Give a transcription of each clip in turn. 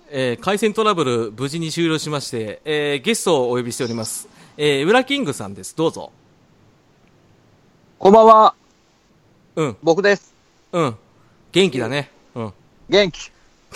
回線トラブル無事に終了しまして、ゲストをお呼びしております。ウラキングさんです。どうぞ。 こんばんは。 うん。 僕です。 うん。元気だね。うん。 元気。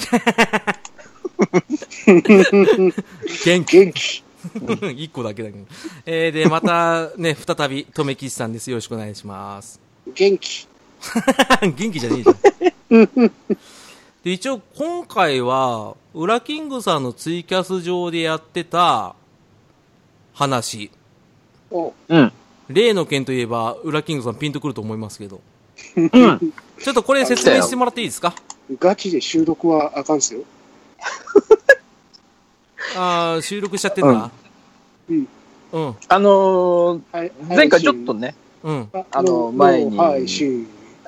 元気。一個だけだけど。で、またね、再び、とめきちさんです。よろしくお願いします。 元気。 元気じゃねえじゃん。で、一応、今回は、ウラキングさんのツイキャス上でやってた話。 おうん。 例の件といえば、ウラキングさんピンとくると思いますけど。 うん。 ちょっとこれ説明してもらっていいですか？ ガチで収録はあかんすよ。 収録しちゃってんだ。 うん。 うん。 前回ちょっとね、 うん。 前に、 配信。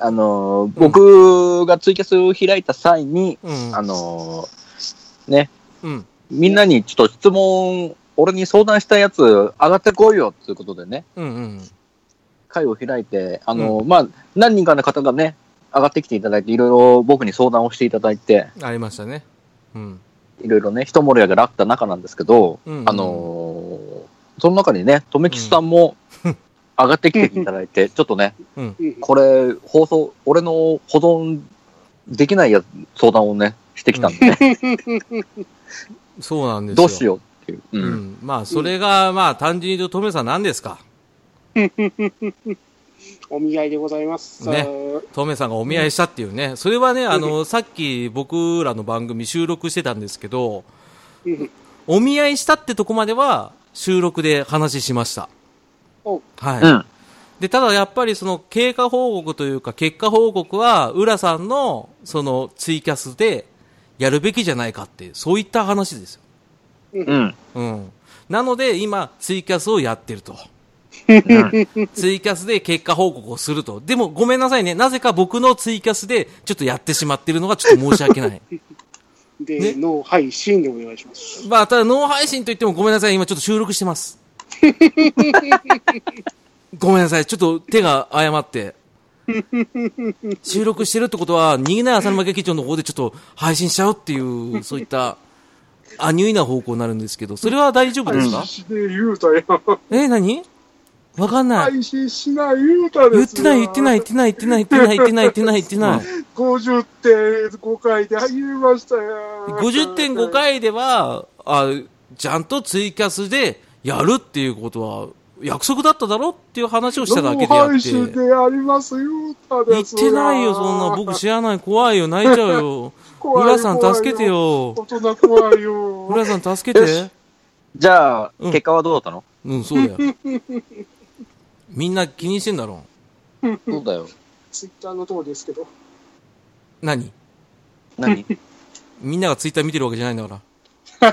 僕がツイキャスを開いた際に、 うん。 ね、 うん。 みんなにちょっと質問、俺に相談したやつ上がってこいよっていうことでね、 うんうん。 会を開いて、まあ、何人かの方がね、上がってきていただいて、いろいろ僕に相談をしていただいて、 ありましたね。うん。 いろいろね、一盛り上がりあった中なんですけど、 うんうんその中にね、とめきちさんも上がってきていただいて、ちょっとね、 うん。 これ、俺の保存できない相談をね、してきたんで、ね、 そうなんですよ。 どうしようっていう。 うん。まあ、それが、まあ、単純に言うと、トメさん何ですか？ お見合いでございます。 ね。トメさんがお見合いしたっていうね。それはね、さっき僕らの番組収録してたんですけど、お見合いしたってとこまでは収録で話しました。はい。 うん。 で、ただやっぱりその経過報告というか結果報告は、浦さんのそのツイキャスでやるべきじゃないかって、そういった話ですよ。 うん。 うん。なので今、ツイキャスをやってると。ツイキャスで結果報告をすると。でもごめんなさいね。なぜか僕のツイキャスでちょっとやってしまってるのがちょっと申し訳ない。 で、 ね、 ノー配信でお願いします。 まあ、ただノー配信といってもごめんなさい。今ちょっと収録してます。ごめんなさい。ちょっと手が誤って。収録してるってことは、逃げない浅沼劇場の方でちょっと配信しちゃうっていう、そういった、アニュイな方向になるんですけど、それは大丈夫ですか？ 配信で言うたよ。 何？わかんない。 配信しない言うたですよ。 言ってない。 50.5 回で言いましたよ。 50.5 回では、ちゃんとツイキャスでやるっていうことは、約束だっただろっていう話をしただけであって。 配信でやりますよ。 言ってないよ、そんな。僕知らない。怖いよ。泣いちゃうよ。浦さん助けてよ。 大人怖いよ。 浦さん助けて。 じゃあ、結果はどうだったの？ うん、そうだよ。みんな気にしてんだろう。そうだよ。 ツイッターのとこですけど。 何みんながツイッター見てるわけじゃないんだから。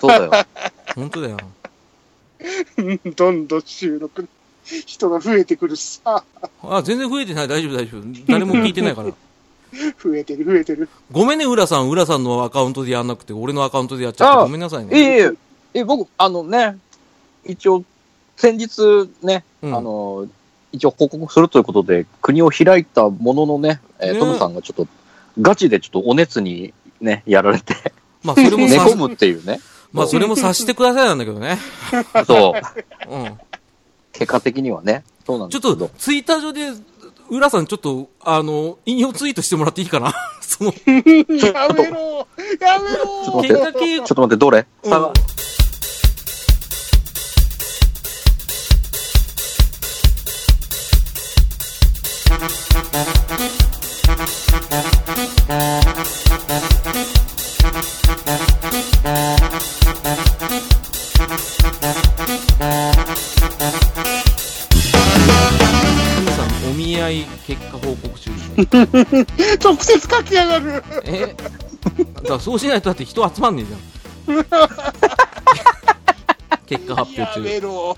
そうだよ。 本当だよ。 どんどん収録人が増えてくるさ。 全然増えてない。大丈夫。誰も聞いてないから。 増えてる。 ごめんね、浦さんのアカウントでやんなくて、俺のアカウントでやっちゃってごめんなさいね。 僕、一応、先日ね、一応報告するということで、国を開いたもののね、トムさんがちょっと、ガチでちょっとお熱にね、やられて、 まあ、それも寝込むっていうね。 まあ、それも察してくださいなんだけどね。 そう。うん。結果的にはね、そうなんですけど。 ちょっと、ツイッター上で、浦さんちょっと、引用ツイートしてもらっていいかなその。 やめろちょっと待って、どれ？ お見合い結果報告中直接書きやがる。 だからそうしないとだって人集まんねえじゃん。結果発表中。 やめろ。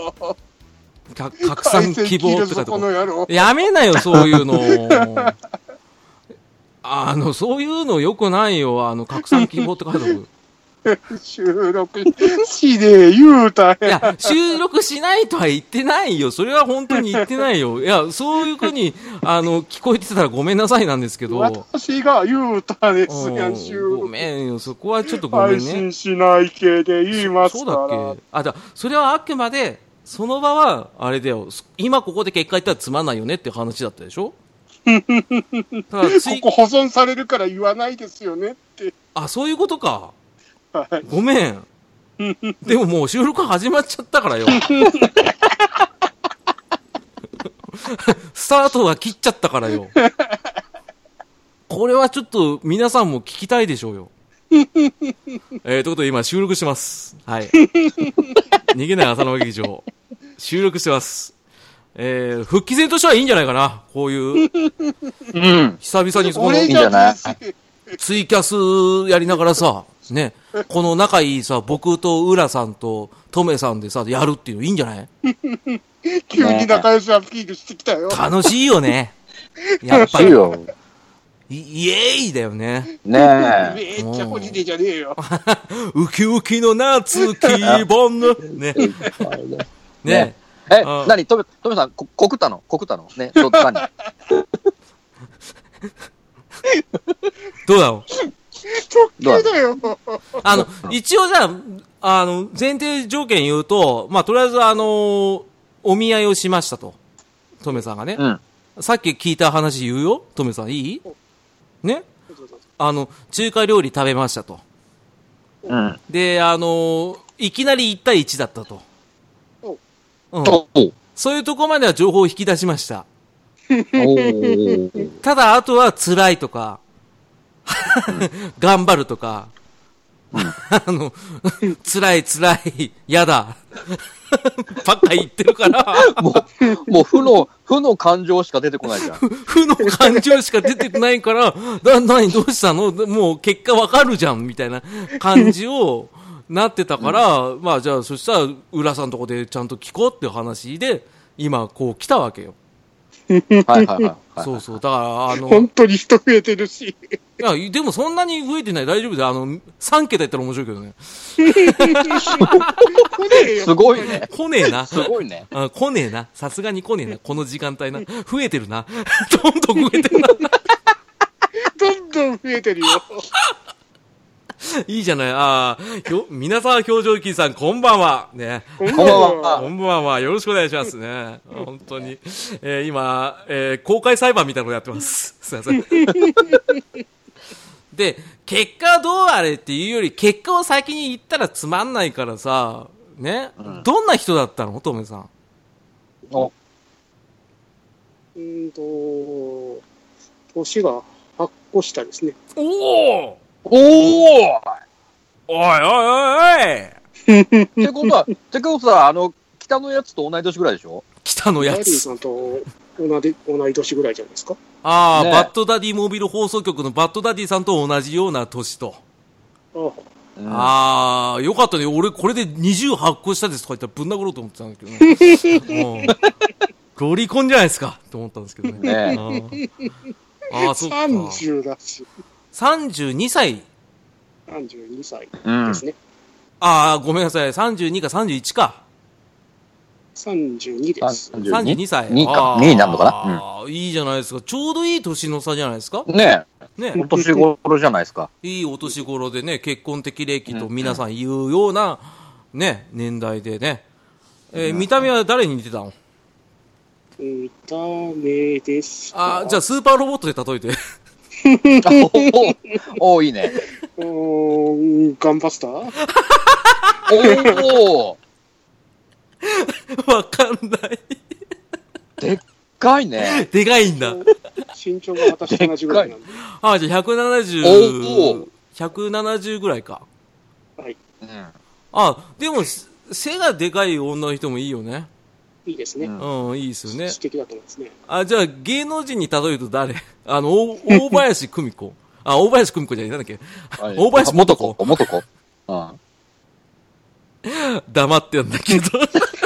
拡散希望って書いてある。やめなよ、そういうの。そういうのよくないよ。拡散希望って書いてある。 収録しねえ言うたいや、収録しないとは言ってないよ。それは本当に言ってないよ。いや、そういうふうに、聞こえてたらごめんなさいなんですけど。 私が言うたですやん、収録。 ごめんよ。そこはちょっとごめんね。 配信しない系で言いますから。 そうだっけ？あ、それはあくまで、その場は、あれだよ。今ここで結果言ったらつまんないよねっていう話だったでしょ？ただここ保存されるから言わないですよねって。 あ、そういうことか。 はい。 ごめん。でももう収録始まっちゃったからよ。スタートは切っちゃったからよ。これはちょっと皆さんも聞きたいでしょうよ。ということで今収録してます。はい。逃げない浅野劇場。収録してます。復帰戦としてはいいんじゃないかな。こういう。 うん。 久々にそこの、 いいんじゃない？ ツイキャスやりながらさ、ね、この仲いいさ、僕と浦さんとトメさんでさ、やるっていうのいいんじゃない？ 急に仲良しアピールしてきたよ。 楽しいよね。やっぱり。 よ。 イエーイだよね。 ねめっちゃホリデーじゃねえよ。 ウキウキの夏気分の。ね。ね。 何トメさん、告ったのね、何どうだろう直球だよ。 一応じゃあ、前提条件言うと、まあ、とりあえずお見合いをしましたと。トメさんがね。 うん。 さっき聞いた話言うよ。トメさんいい？ね。中華料理食べましたと。 うん。 で、いきなり1対1だったと。うん。そういうとこまでは情報を引き出しました。ただ、あとは辛いとか、頑張るとか、辛い、やだ。ばっか言ってるから。 もう負の感情しか出てこないじゃん。 負の感情しか出てこないから、何どうしたの？もう結果わかるじゃん、みたいな感じをなってたから、まあじゃあそしたら、浦さんのとこでちゃんと聞こうっていう話で、今こう来たわけよ。 はい。 そうそう。だから、 本当に人増えてるし。 いや、でもそんなに増えてない。大丈夫で、3桁やったら面白いけどね。 すごいね。 来ねえな。 すごいね。 来ねえな。さすがに来ねえな。この時間帯な。増えてるな。どんどん増えてるな。 どんどん増えてるよ。 いいじゃない。皆沢表情筋さん、こんばんは。ね。 こんばんは。 こんばんは。よろしくお願いしますね。本当に。今、公開裁判みたいなことやってます。すいません。で、結果どうあれっていうより、結果を先に言ったらつまんないからさ、ね。どんな人だったの？トメさん。 年が8個下ですね。 おいってことは、北のやつと同い年ぐらいでしょ？ 北のやつ。 ダディさんと同い年ぐらいじゃないですか？ ね、バッドダディモビル放送局のバッドダディさんと同じような年と。よかったね。俺、これで28個下ですとか言ったらぶん殴ろうと思ってたんだけどね。ロリコンじゃないですかと思ったんですけどね。そうか。 30だし。 32歳。 32歳ですね。 ごめんなさい。32か31か。 32です。 32歳。 2になるのかな？ いいじゃないですか。ちょうどいい年の差じゃないですか。 ねえ。お年頃じゃないですか。 いいお年頃でね、結婚適齢期と皆さん言うような、ね、年代でね。見た目は誰に似てたの？ 見た目ですか？ じゃあスーパーロボットで例えて。 いいね。 ガンバスター？ わかんない。 でっかいね。 でかいんだ。 身長が私と同じぐらいなんで。 じゃあ170ぐらいか。 はい。 でも、背がでかい女の人もいいよね。 いいですね。 いいですよね。 素敵だと思いますね。 じゃあ、芸能人に例えると誰？大林久美子。大林久美子じゃない、なんだっけ。大林元子。黙ってんだけど。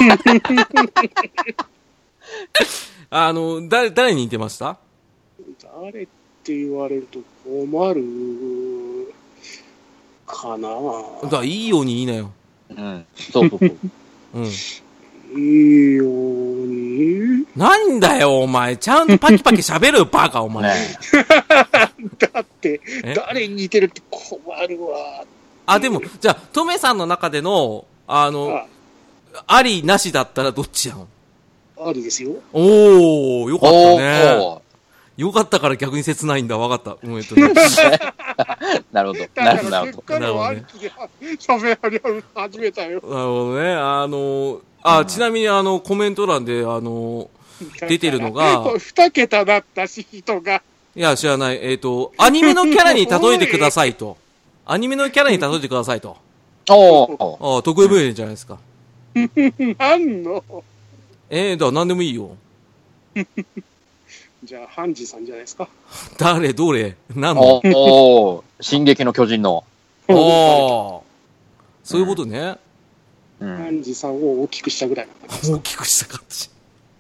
誰に似てました？ 誰って言われると困る。 かな。 だからいいように言いなよ。 うん。そうそうそう。 うん。 いいように。 なんだよ、お前。ちゃんとパキパキ喋るよ、バカ、お前。 ねだって、誰に似てるって困るわ。 あ、でも、じゃあ、トメさんの中での、ありなしだったらどっちやん？ ありですよ。 おー、よかったね。 およかったから逆に切ないんだ。わかった。ね、 なるほど。 だからせっかくありきで喋り始めたよ。 なるほどね。ちなみにコメント欄で出てるのが、 2桁だったし、人が。 いや、知らない。アニメのキャラに例えてくださいと。アニメのキャラに例えてくださいと。 お得意分野じゃないですか。 なんのだから何でもいいよ。 じゃあ、ハンジさんじゃないですか。 誰どれ何の進撃の巨人の。 そういうことね。 ハンジさんを大きくしたぐらいの感じ。 大きくした感じ。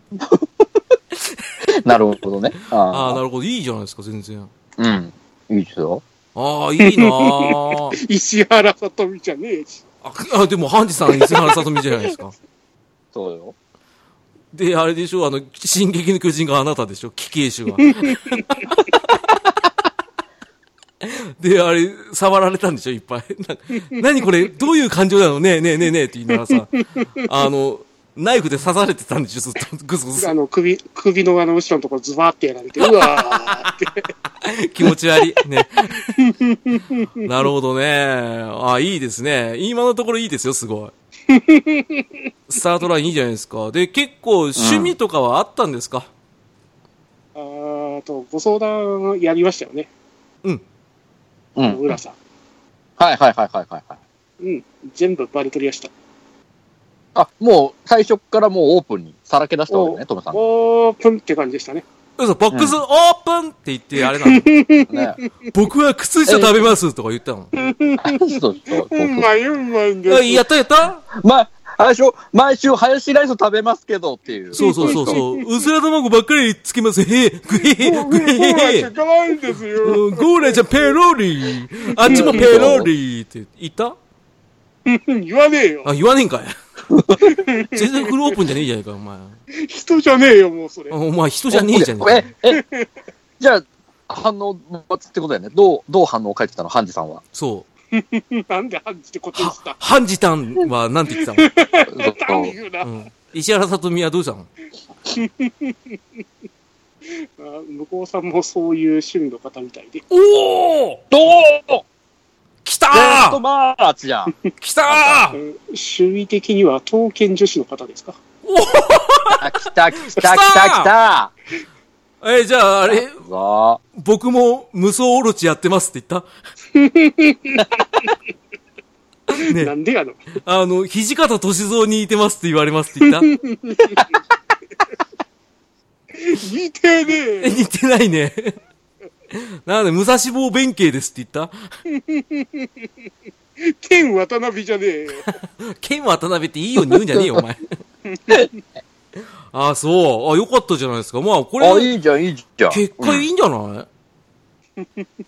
なるほどね。 なるほど。いいじゃないですか、全然。 うん。いいですよ。 いいなぁ。 石原さとみじゃねえし。 でも、ハンジさん、石原さとみじゃないですか。 そうよ。 で、あれでしょ、進撃の巨人があなたでしょ、貴景種が。で、あれ、触られたんでしょ、いっぱい。何これ、どういう感情なのねえねえねえねえって言いながらさ、ナイフで刺されてたんでしょ、ずっと、ぐずぐず。 首の後ろのところズバーってやられて、うわーって。 気持ち悪い。ね。なるほどね。いいですね。今のところいいですよ、すごい。スタートラインいいじゃないですか。で、結構趣味とかはあったんですか？ ご相談やりましたよね。 うん。 浦さん。 はい。 うん。全部バリ取りやした。 もう最初からもうオープンにさらけ出したわけね、トムさん。 オープンって感じでしたね。 ボックスオープンって言って、あれなの。ね、僕は靴下食べますとか言ったの。 うまいんです。 やったあれでしょ、毎週ハヤシライス食べますけどっていう。 そう。うずら卵ばっかりつけます。グヘヘ。 ゴーラちゃんペロリ。あっちもペロリって言った？ 言わねえよ。 言わねえんかい。全然フルオープンじゃねえじゃねえか、お前。 人じゃねえよ、もうそれ。 お前人じゃねえじゃねえか。 じゃあ、反応ってことだよね。どう反応を書いてたの、ハンジさんは。 そう。 なんでハンジってことにした？ ハンジタンはなんて言ってたの？石原さとみはどうしたの？ 向こうさんもそういう趣味の方みたいで。 来たー！ ベストマッチじゃん。 来たー！ 趣味的には刀剣女子の方ですか？ 来た。 じゃあ、あれ、僕も無双オロチやってますって言ったね、 なんでやの？ 土方歳三に似てますって言われますって言った似てねえ。 似てないね。なんで、武蔵坊弁慶ですって言った剣渡辺じゃねえよ。 剣渡辺っていいように言うんじゃねえよ、お前。そう。よかったじゃないですか。まあ、これ。 いいじゃん。 結果いいんじゃない？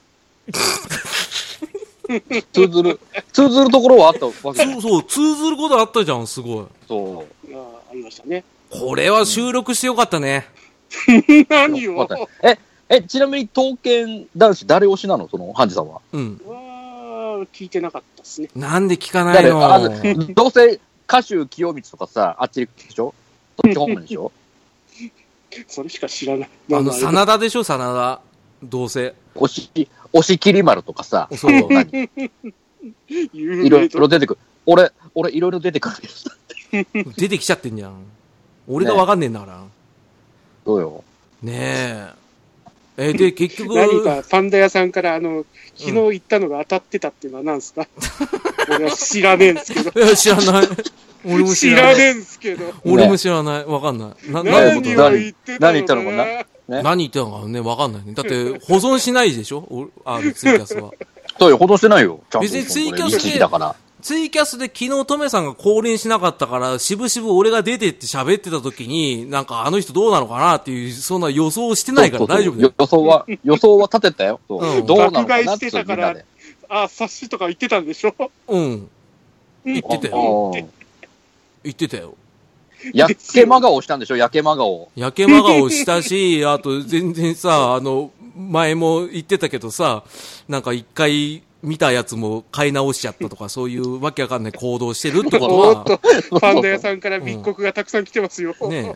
通ずるところはあったわけ。 そう、通ずることあったじゃん、すごい。 そう。 ありましたね。 これは収録してよかったね。 何を？ ちなみに刀剣男子誰推しなの、そのハンジさんは？ 聞いてなかったですね。 なんで聞かないの？ どうせ歌手清光とかさ、あっちでしょ？そっち方面でしょ？ それしか知らない。 真田でしょ、真田。どうせ。 押し切り丸とかさ。 そう。 いろいろ出てくる。俺いろいろ出てくるけど。出てきちゃってんじゃん。俺がわかんねえんだから。 どうよ。 ねえ。で、結局。 何かパンダ屋さんから昨日言ったのが当たってたっていうのは何ですか？俺は知らねえんですけど。 いや、知らない。俺も知らない。 知らねえんすけど。 俺も知らない。わかんない。 何言ってたのかな？ 何言ってたのかね、わかんないね。だって、保存しないでしょ？ツイキャスは。 そうよ、保存してないよ。 別にツイキャスで昨日トメさんが降臨しなかったから、しぶしぶ俺が出てって喋ってた時に、なんかあの人どうなのかなっていう、そんな予想してないから大丈夫だよ。 予想は立てたよ。どうなのかなって。 爆買いしてたから、 冊子とか言ってたんでしょ？ うん。言ってたよ。言ってたよ。 やけま顔したんでしょ？やけま顔。 やけま顔したし、あと全然さ、前も言ってたけどさ、なんか一回見たやつも買い直しちゃったとか、そういうわけわかんない行動してるってことは。 おっと、パンダ屋さんから密告がたくさん来てますよ。 ね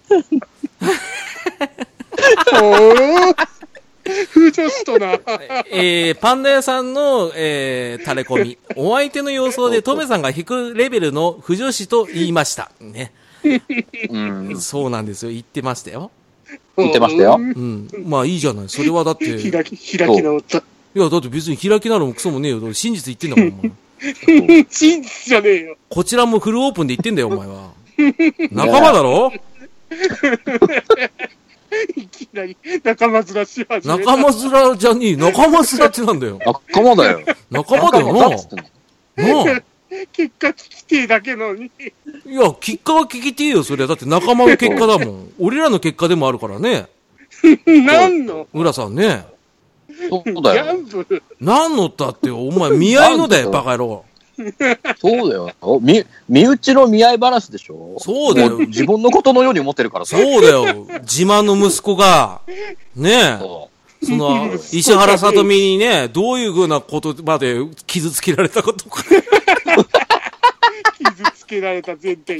風女子とな。 パンダ屋さんの、垂れ込み。お相手の様相でトメさんが引くレベルの不女子と言いました。ね。そうなんですよ。言ってましたよ。 言ってましたよ。 うん。まあいいじゃない。それはだって。 開き直った。 いや、だって別に開きなるもクソもねえよ。真実言ってんだもん、お前。 真実じゃねえよ。 こちらもフルオープンで言ってんだよ、お前は。仲間だろ？ いきなり仲間面し始めた。 仲間面じゃねえ。仲間面ってなんだよ。 仲間だよ。 仲間だよな。なあ。 結果聞きてえだけのに。 いや、結果は聞きてえよ、それは。だって仲間の結果だもん。俺らの結果でもあるからね。 何の？ 浦さんね。 そうだよ。 何のったって、お前、見合いのだよ、バカ野郎。 そうだよ。身内の見合い話でしょ？ そうだよ。 自分のことのように思ってるからさ。 そうだよ。自慢の息子が、ねえ。その、石原さとみにね、どういうふうなことまで傷つけられたことか。 傷つけられた前提に。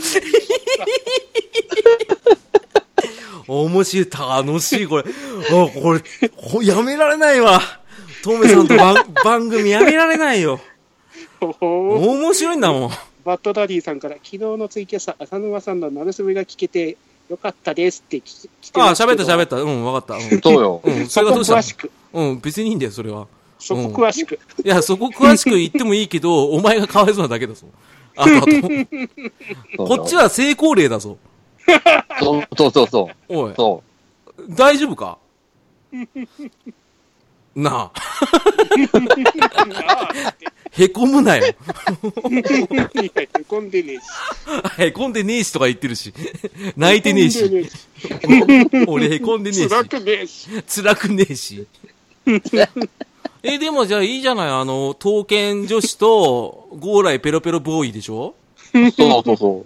面白い、楽しい、これ。これ、やめられないわ。トメさんと番組やめられないよ。面白いんだもん。 バッドダディさんから、昨日のツイキャス、浅沼さんのなるすべが聞けてよかったですって来てますけど。 喋った。うん、わかった。 そうよ。 それがどうした？ 詳しく。 うん、別にいいんだよ、それは。 そこ詳しく。 いや、そこ詳しく言ってもいいけど、お前がかわいそうなだけだぞ。あと。こっちは成功例だぞ。 そう。 おい。 そう。 大丈夫か？なあ。へこむなよ。 へこんでねえし。 へこんでねえしとか言ってるし。泣いてねえし。俺へこんでねえし。 辛くねえし。 辛くねえし。でもじゃあいいじゃない。刀剣女子と、ゴーライペロペロボーイでしょ？ そう。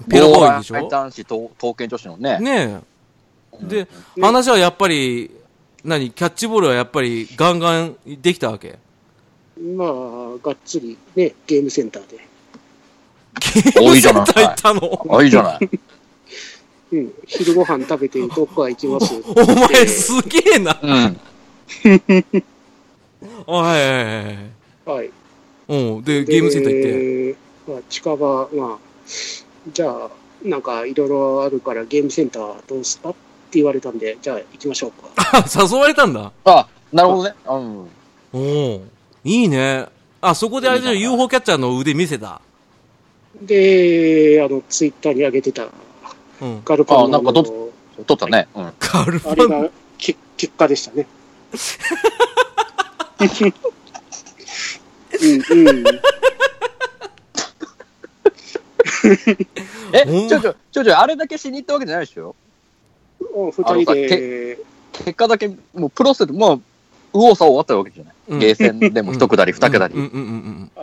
ペロボーイでしょ？ 男子と刀剣女子のね。 ねえ。で、話はやっぱり、キャッチボールはやっぱりガンガンできたわけ？ まあ、がっつりね、ゲームセンターで。 ゲームセンター行ったの？ いいじゃない。 うん、昼ご飯食べてどこか行きます。 お前すげえな。 うん。 はい。うん。で、ゲームセンター行って。 まあ、近場、まあ、じゃあ、なんかいろいろあるからゲームセンターどうすかって言われたんで、じゃあ行きましょうか。 あ、誘われたんだ。 あ、なるほどね。 うん。いいね。あ、そこであれじゃ UFO キャッチャーの腕見せた。 で、ツイッターに上げてた、ガルパンの。 なんか撮ったね。うん。 ガルパン。 あれが結果でしたね。 あれだけしに行ったわけじゃないでしょ？ 二人で。 結果だけ、もうプロセス、もう、右往左往終わったわけじゃない。ゲーセンでも一下り、二下り。 はい。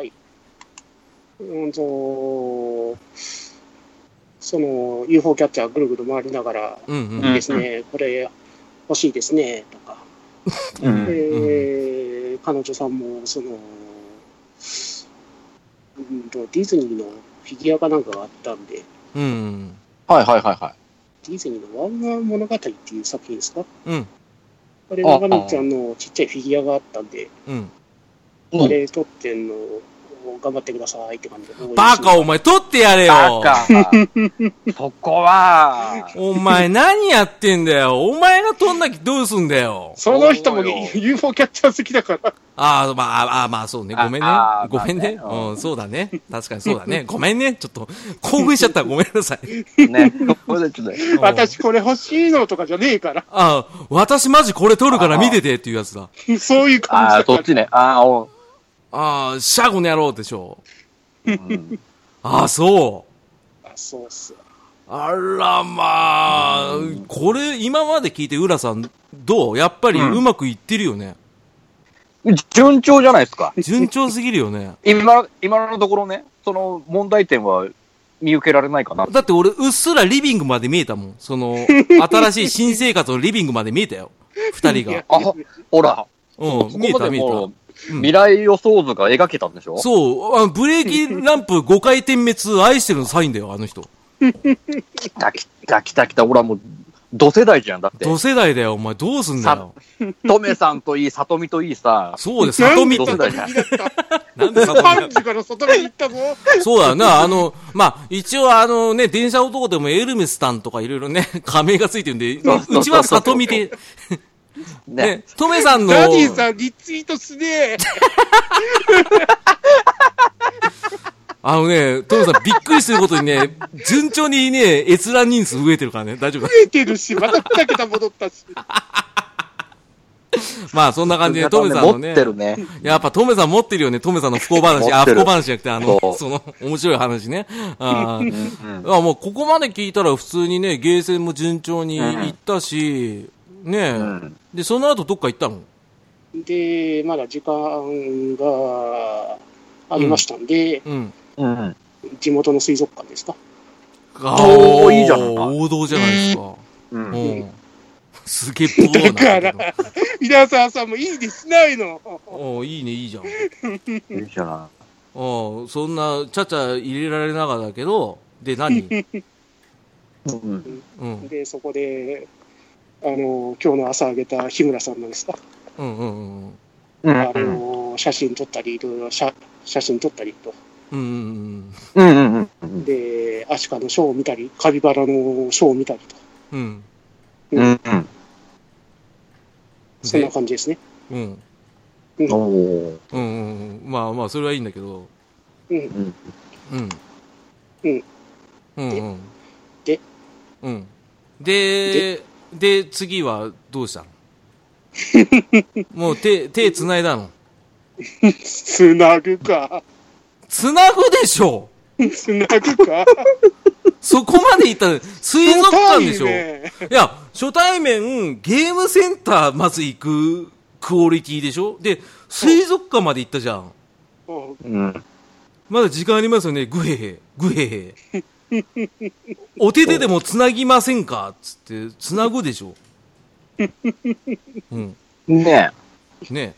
その UFO キャッチャーぐるぐる回りながら、いいですね、これ欲しいですね、とか。彼女さんも、ディズニーのフィギュアかなんかがあったんで、 はい。 ディズニーのワンワン物語っていう作品ですか？あれ、長道ちゃんのちっちゃいフィギュアがあったんで、あれ撮ってんの頑張ってくださいって感じで。 バカ、お前撮ってやれよ。 バカ。そこは。 お前何やってんだよ。お前が撮んなきゃどうすんだよ。 その人も UFO キャッチャー好きだから。 まあ、そうね。ごめんね。ごめんね。そうだね。確かにそうだね。ごめんね。ちょっと、興奮しちゃったらごめんなさい。 ね。 私これ欲しいのとかじゃねえから。 私マジこれ撮るから見ててっていうやつだ。 そういう感じだから。 そっちね。 シャゴの野郎でしょ。そう。 そうっす。 あらまあ、これ今まで聞いて浦さんどう？やっぱりうまくいってるよね。 順調じゃないですか。 順調すぎるよね。 今のところね、その問題点は見受けられないかな。 だって俺、うっすらリビングまで見えたもん。その、新しい新生活のリビングまで見えたよ。二人が。 あ、ほら。 うん、見えた見えた。 未来予想図が描けたんでしょ。 そう、ブレーキランプ5回点滅愛してるのサインだよ、あの人。 来た。ほらもう、同世代じゃん、だって。 同世代だよ、お前どうすんだよ。 トメさんといい、サトミといいさ。 そうです、サトミって。 同世代じゃん。 なんでサトミ 3時から外に行ったぞ。 そうだよな、まあ、一応ね、電車男でもエルメスさんとかいろいろね、仮名がついてるんで、うちはサトミで。ね、トメさんの。 ダディさんリツイートすねえ。 トメさんびっくりすることにね、順調にね、閲覧人数増えてるからね、大丈夫か。 増えてるし、また2桁戻ったし。 まあ、そんな感じで、トメさんのね。 持ってるね。 やっぱトメさん持ってるよね、トメさんの不幸話。不幸話じゃなくて、その、面白い話ね。もう、ここまで聞いたら普通にね、ゲーセンも順調に行ったし、ねえ、で、その後どっか行ったの？ で、まだ時間がありましたんで、地元の水族館ですか。 おー、いいじゃん。 王道じゃないですか。すげえプロだから、皆さんもいいですないの。 いいね、いいじゃん。 いいじゃない。 そんな、ちゃちゃ入れられながらだけど、で、何？ で、そこで、今日の朝あげた日村さんなんですか。写真撮ったり、いろいろ写真撮ったりと。で、アシカのショーを見たり、カピバラのショーを見たりと。そんな感じですね。 まあまあ、それはいいんだけど。で、次はどうしたの？もう手繋いだの？ 繋ぐか。 繋ぐでしょ。 繋ぐか。 そこまで行ったら水族館でしょ。いや、初対面、ゲームセンターまず行くクオリティでしょ。で、水族館まで行ったじゃん。まだ時間ありますよね。グヘヘ。お手でも繋ぎませんかつって、繋ぐでしょ。 ねえ。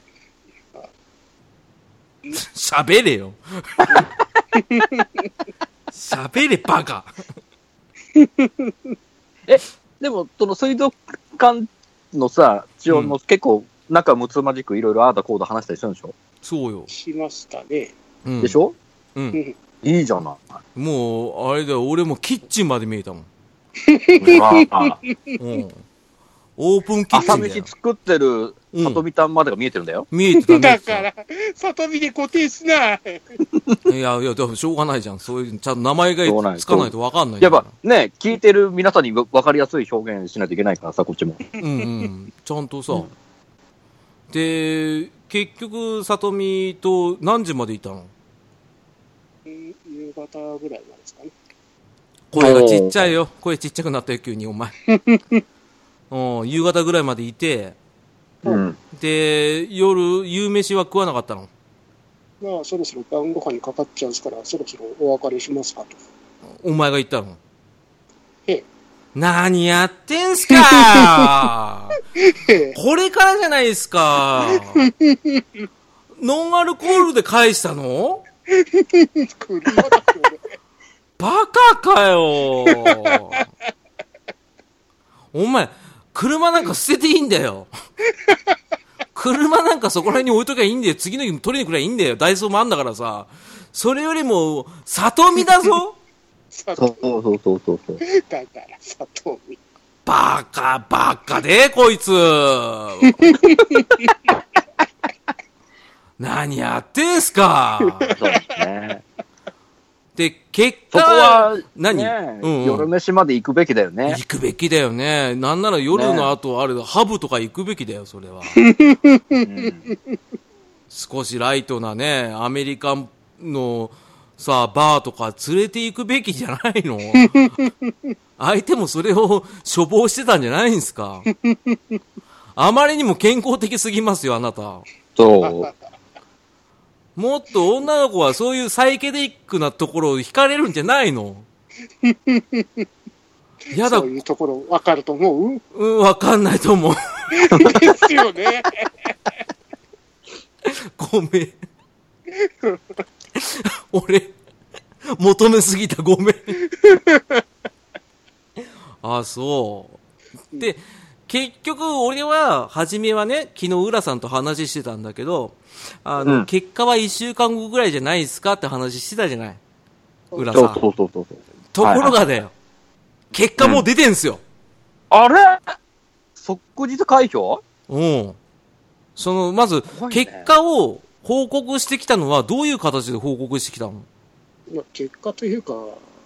喋れよ。喋れ、バカ。 でも、その水族館のさ、一応の結構仲睦まじくいろいろああだこうだ話したりするんでしょ？ そうよ。 しましたね。 でしょ？いいじゃない。 もう、あれだよ、俺もキッチンまで見えたもん。オープンキッチン。 朝飯作ってる里見たんまでが見えてるんだよ。 見えてた。 だから、里見で固定しない。 いや、しょうがないじゃん。そういう、ちゃんと名前がつかないと分かんない。 やっぱね、聞いてる皆さんに分かりやすい表現しないといけないからさ、こっちも。 ちゃんとさ。で、結局、里見と何時までいたの？ 夕方ぐらいまでですかね。 声がちっちゃいよ。声ちっちゃくなったよ、急に、お前。夕方ぐらいまでいて、で、夕飯は食わなかったの？ まあ、そろそろ晩ご飯にかかっちゃうから、そろそろお別れしますかと。 お前が言ったの？ ええ。 何やってんすかこれからじゃないですか。ノンアルコールで返したの？ 車だって俺。 バカかよお前、車なんか捨てていいんだよ。車なんかそこら辺に置いときゃいいんだよ。次の日取りに来りゃいいんだよ。ダイソーもあんだからさ。それよりも、里見だぞそう。 だから、里見。 バカで、こいつ。何やってんすか。 そうですね。 で、結果そこは、 何？ 夜飯まで行くべきだよね。 行くべきだよね。なんなら夜の後、あれだ、ハブとか行くべきだよ、それは。少しライトなね、アメリカンのさ、バーとか連れて行くべきじゃないの？相手もそれを処方してたんじゃないんすか？あまりにも健康的すぎますよ、あなた。 そう。 もっと女の子はそういうサイケデリックなところを惹かれるんじゃないの？ やだ。そういうところ分かると思う？ 分かんないと思う。 ですよね。 ごめん。俺、求めすぎた、ごめん。あ、そう。で、結局俺は、初めはね、昨日浦さんと話してたんだけど、結果は1週間後ぐらいじゃないですかって話してたじゃない。浦さん。 そう。ところがだよ。結果もう出てんすよ。 あれ即日開票？ まず、結果を報告してきたのは、どういう形で報告してきたの？ 結果というか、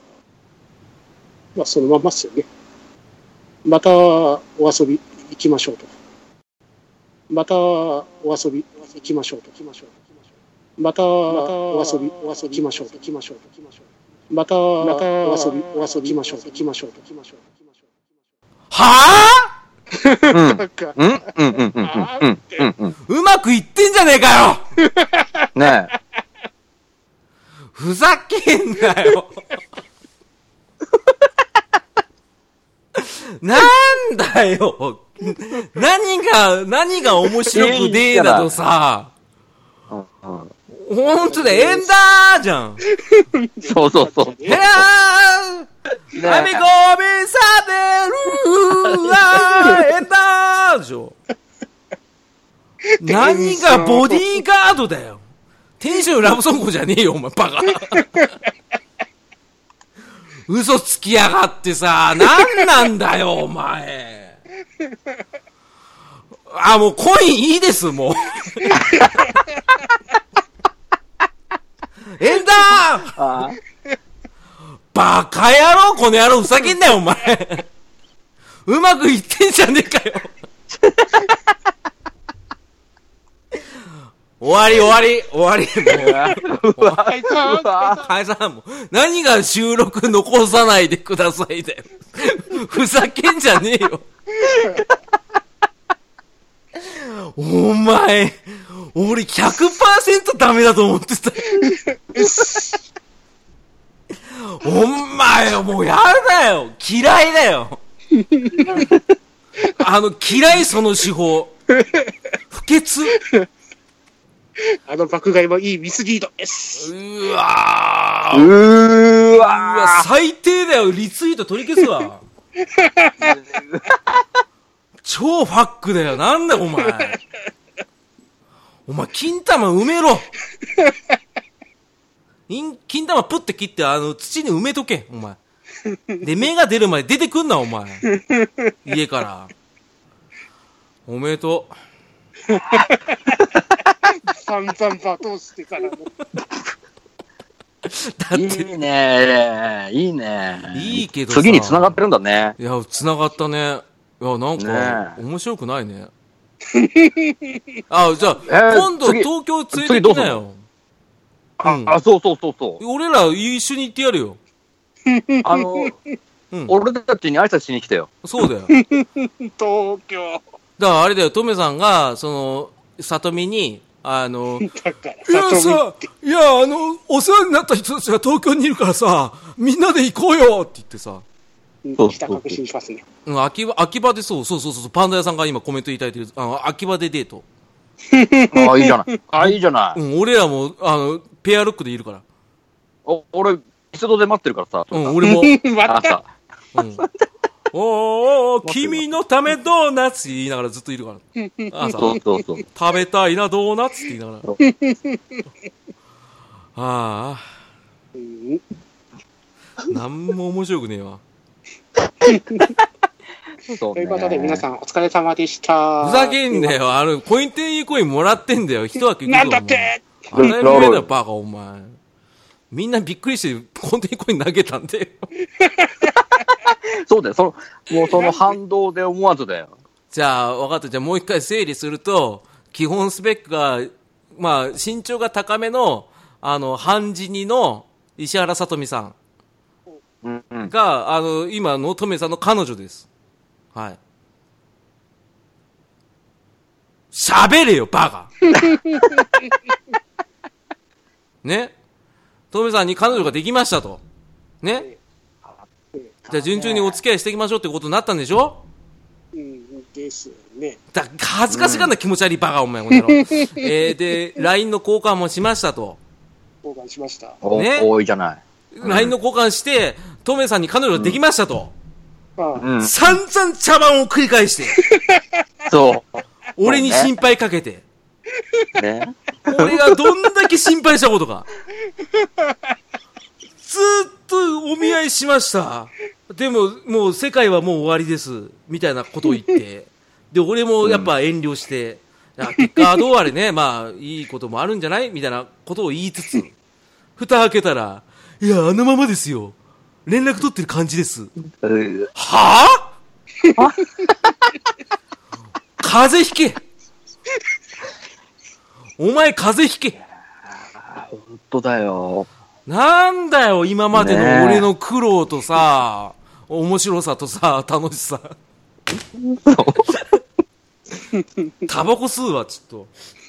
そのままっすよね。またお遊び行きましょうと。またお遊び行きましょうと。またお遊び行きましょうと。またお遊び行きましょうと。 はうまくいってんじゃねえかよねえ。 ふざけんなよなんだよ何が面白くねえだとさ、ほんとだ、エンダーじゃん。 そう。 ヘラーアミコミサデルーエンダーでしょ。何がボディーガードだよ。天使のラブソングじゃねえよ、お前、バカ。嘘つきやがってさ、なんなんだよ、お前。もうコインいいです、もう。エンダーバカ野郎、この野郎、ふざけんなよ、お前。うまくいってんじゃねえかよ。終わり。解散もう。何が収録残さないでくださいだよ。ふざけんじゃねえよ。お前、俺 100% ダメだと思ってた。お前、もうやだよ。嫌いだよ。嫌い、その手法。不潔。 爆買いはいいミスリードです。 うわ最低だよ。リツイート取り消すわ。超ファックだよ。なんだお前。金玉埋めろ。金玉プッて切って土に埋めとけ。お前。で、芽が出るまで出てくんな、お前。家から。おめでとう。 散々罵倒してからの。 だっていいね。 いいけどさ。 次に繋がってるんだね。 いや、繋がったね。いや、なんか、面白くないね。じゃあ、今度東京連れてきなよ。 そう。 俺ら一緒に行ってやるよ。 俺たちに挨拶しに来たよ。 そうだよ。 東京。 だからあれだよ、トメさんが、里見に、お世話になった人たちが東京にいるからさ、みんなで行こうよって言ってさ。 ひた隠しにしますね。 秋葉でそう、パンダ屋さんが今コメントいただいてる、秋葉でデート。 いいじゃない。 俺らも、ペアルックでいるから。 俺、ピストで待ってるからさ。 俺も。 また。 君のためドーナツって言いながらずっといるから。 そう。 食べたいな、ドーナツって言いながら。なんも面白くねえわ。 ということで皆さんお疲れ様でした。 ふざけんなよ。コインテイコインもらってんだよ。一枠いくぞ。 なんだって当たり前だよ、バカ、お前。みんなびっくりしてコインテイコイン投げたんだよ。 そうだよ。もうその反動で思わずだよ。 じゃあ、分かった。じゃあもう一回整理すると、基本スペックが、身長が高めの、半死にの石原さとみさんが、今のトメさんの彼女です。はい。 喋れよ、バカ。ね。トメさんに彼女ができましたと。ね。じゃあ順調にお付き合いしていきましょうってことになったんでしょ？ ですね。 恥ずかしがんな気持ち悪いバカ、お前、この野郎。で、LINE の交換もしましたと。 交換しました。 ね。多いじゃない。 LINE の交換して、トメさんに彼女ができましたと。散々茶番を繰り返して。 そう。 俺に心配かけて。 ね。 俺がどんだけ心配したことか。ずーっとお見合いしました。でも、もう世界はもう終わりです。みたいなことを言って。で、俺もやっぱ遠慮して、結果はどうあれね、まあ、いいこともあるんじゃないみたいなことを言いつつ、蓋開けたら、いや、あのままですよ。連絡取ってる感じです。はぁ風邪ひけ。お前風邪ひけ。 本当だよ。 なんだよ、今までの俺の苦労とさ、面白さとさ、楽しさ。タバコ吸うわ、ちょっと。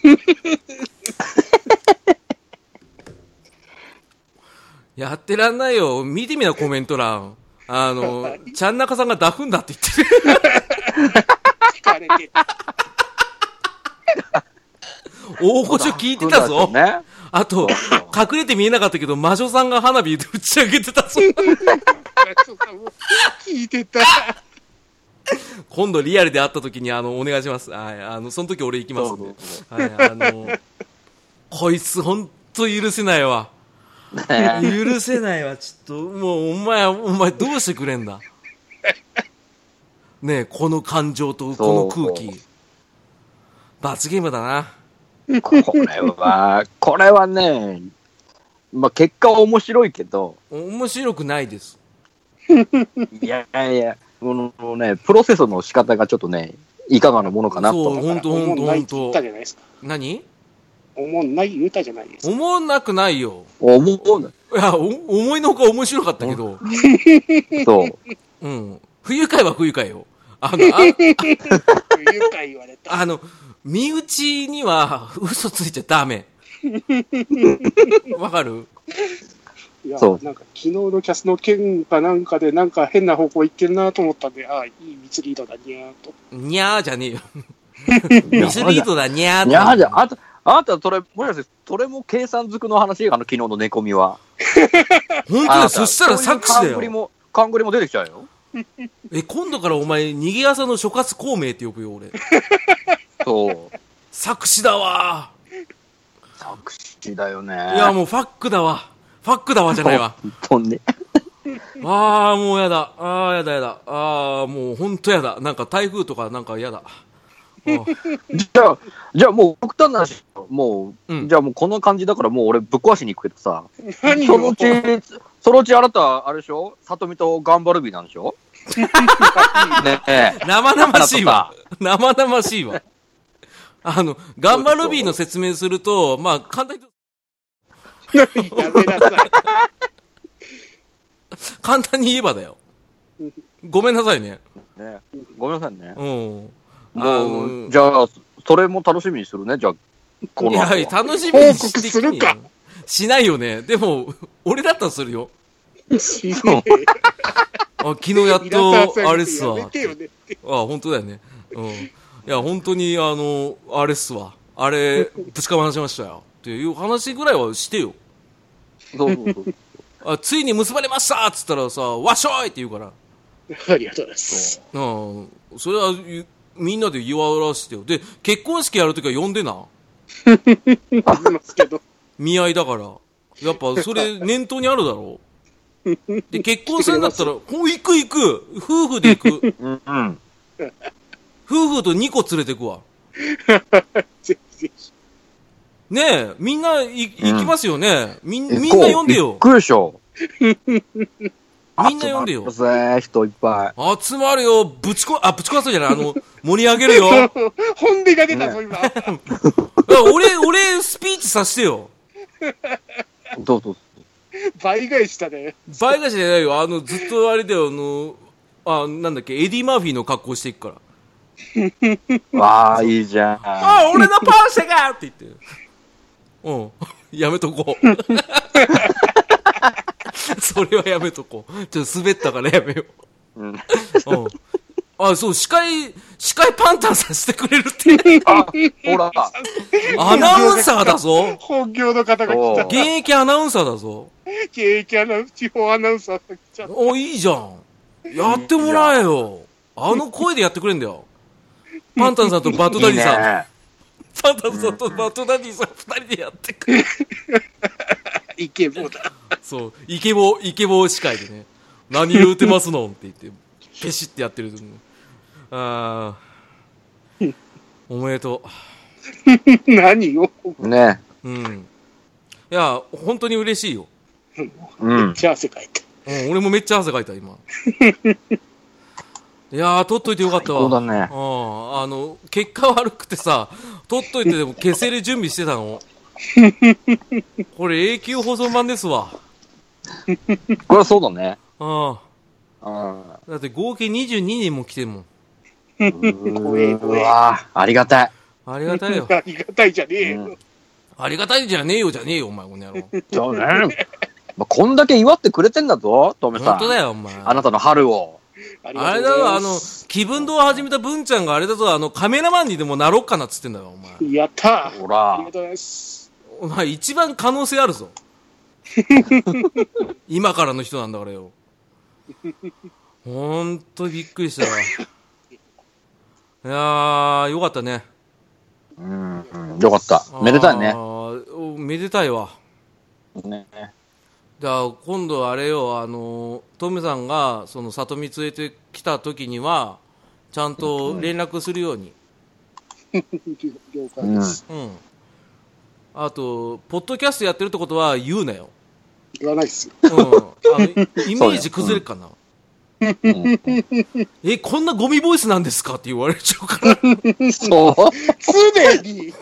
やってらんないよ。見てみな、コメント欄。ちゃんなかさんがダフんだって言ってる。聞かれてた。大御所聞いてたぞ。ね、あと、隠れて見えなかったけど、魔女さんが花火打ち上げてたぞ。 聞いてた。 今度リアルで会った時に、お願いします。はい、その時俺行きますんで。はい、こいつほんと許せないわ。許せないわ、ちょっと、もう、お前どうしてくれんだ。ねえ、この感情とこの空気。罰ゲームだな。 これはね、まあ、結果は面白いけど。 面白くないです。 いや、このね、プロセスの仕方がちょっとね、いかがなものかなと。 そう、ほんと。何？ おもんない言うたじゃないですか。 思んなくないよ。 思うない。 いや、思いのほか面白かったけど。 そう。 うん。不愉快は不愉快よ。 不愉快言われた。 身内には嘘ついちゃダメ。わかる？ いや、なんか昨日のキャスの件かなんかでなんか変な方向行ってるなと思ったんで、ああ、いいミスリードだにゃーと。 にゃーじゃねえよ。ミスリードだにゃーと。 にゃーじゃ、あなたそれ、もしかして、それも計算づくの話、昨日の寝込みは。 本当だよ、そしたら作詞だよ。 カングリも出てきちゃうよ。 今度からお前、逃げ朝の諸葛孔明って呼ぶよ、俺。 そう。 作詞だわ。 作詞だよね。 いや、もうファックだわ。ファックだわじゃないわ。 飛んで。 ああ、もうやだ。やだ。もうほんとやだ。なんか台風とかなんかやだ。 じゃあもう極端な話、もう、じゃあもうこの感じだからもう俺ぶっ壊しに行くけどさ、そのうちあなた、あれでしょ、里見とガンバルビーなんでしょねえ。生々しいわ。生々しいわ。ガンバルビーの説明すると、まあ、簡単に。やめなさい。簡単に言えばだよ。ごめんなさいね。 ごめんなさいね。 うん。 もう、じゃあ、それも楽しみにするね、じゃあ、 いや、楽しみにしてするか。しないよね。でも、俺だったらするよ。昨日やっと、あれっすわ。本当だよね。うん。いや、本当に、あれっすわ。あれ、ぶちかま話しましたよ。っていう話ぐらいはしてよ。 そうついに結ばれましたっつったらさ、わっしょいって言うから。 ありがとうございます。 それは、みんなで祝わしてよ。で、結婚式やるときは呼んでな。見合いだから。やっぱ、それ、念頭にあるだろう。で、結婚するんだったら、行く。夫婦で行く。夫婦と2個連れてくわ。 ぜひぜひ。 ねえ、みんな行きますよね。みんな呼んでよ。 びっくりでしょ。 みんな呼んでよ。 人いっぱい。集まるよ。ぶち壊すじゃない。盛り上げるよ。 本音が出たぞ、今。 俺、スピーチさせてよ。 どうぞ。 倍返しだね。 倍返しじゃないよ。ずっとあれだよ。なんだっけ、エディ・マーフィーの格好していくから。 わあ、いいじゃん。 あ、俺のパンシェがって言って。うん。やめとこう。それはやめとこう。ちょっと滑ったからやめよう。うん。あ、そう、司会パンタンさんしてくれるって。 あ、ほら。 アナウンサーだぞ。 本業の方が来た。 現役アナウンサーだぞ。 現役地方アナウンサーが来ちゃった。 お、いいじゃん。やってもらえよ。あの声でやってくれんだよ。パンタンさんとバッドダディさん。いいね、パンタンさんとバッドダディさん二人でやってくれ。 イケボだ。 そう、イケボ司会でね。何言うてますのって言って、ペシってやってる。あー、おめでとう。何をね。 うん。いや、本当に嬉しいよ。 めっちゃ汗かいた。 うん、俺もめっちゃ汗かいた、今。いやー、撮っといてよかったわ。 そうだね。 結果悪くてさ、撮っといてでも消せる準備してたの。これ永久保存版ですわ。 これはそうだね。 ああ。だって合計22人も来てるもん。 うわありがたい。 ありがたいよ。 ありがたいじゃねえよ。 ありがたいじゃねえよじゃねえよ、お前、この野郎。 そうね。こんだけ祝ってくれてんだぞ、トメさん。 本当だよ、お前。 あなたの春を。 あれだよ、気分堂を始めた文ちゃんがあれだぞ、カメラマンにでもなろっかなっつってんだよ、お前。 やったほら。 ありがとうございます。 お前、一番可能性あるぞ。今からの人なんだからよ。ほんとびっくりしたわ。いやー、よかったね。 よかった。めでたいね。 めでたいわ。 ね。 じゃあ、今度あれよ、トムさんが、里見連れてきた時には、ちゃんと連絡するように。 了解です。 うん。あと、ポッドキャストやってるってことは言うなよ。 言わないっすよ。 うん。イメージ崩れるかな。こんなゴミボイスなんですかって言われちゃうから。 そう常に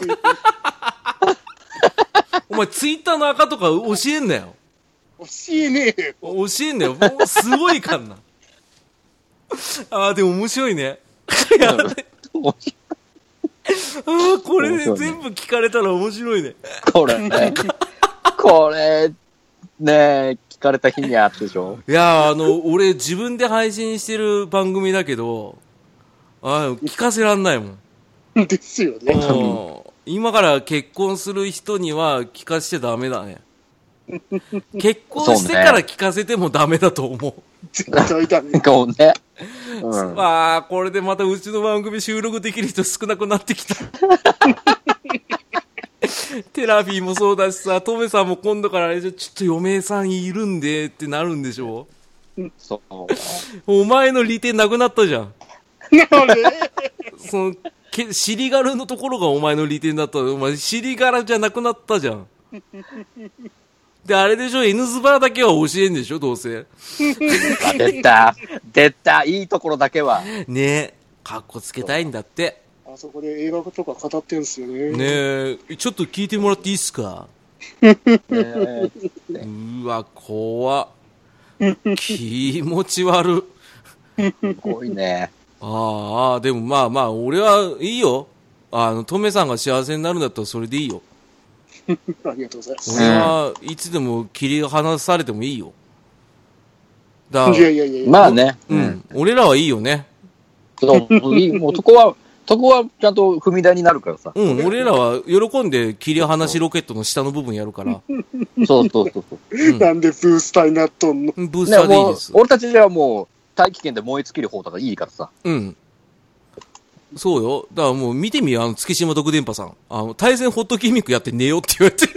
お前ツイッターの赤とか教えんなよ。 教えねえよ。 教えんなよ。もうすごいかんな。でも面白いね。これで全部聞かれたら面白いね。 これね、聞かれた日にあったでしょ。 いや俺自分で配信してる番組だけど、聞かせらんないもん。 ですよね。 今から結婚する人には聞かせちゃダメだね。結婚してから聞かせてもダメだと思う。 絶対ダメ。 こうね。 これでまたうちの番組収録できる人少なくなってきた。テラフィーもそうだしさ、トメさんも今度からあれじゃ、ちょっと嫁さんいるんでってなるんでしょ。 そう。 お前の利点なくなったじゃん。 なんで尻柄のところがお前の利点だったら、お前尻柄じゃなくなったじゃん。で、あれでしょ、N ズバーだけは教えんでしょ、どうせ。 出た、いいところだけは。 ねえ、かっこつけたいんだって。 あそこで映画とか語ってんすよね。 ねえ、ちょっと聞いてもらっていいっすか。うわ、怖っ。気持ち悪。 すごいね。 でもまあ、俺はいいよ。トメさんが幸せになるんだったらそれでいいよ。 ありがとうございます。 俺はいつでも切り離されてもいいよ。 いや。 まあね。 俺らはいいよね。 そう、もうそこはちゃんと踏み台になるからさ。 俺らは喜んで切り離しロケットの下の部分やるから。 そう。 なんでブースターになっとんの？ ブースターでいいです。 俺たちはもう、大気圏で燃え尽きる方だからいいからさ。 そうよ。だからもう見てみよ、月島独電波さん。対戦ホットギミックやって寝よって言われてる。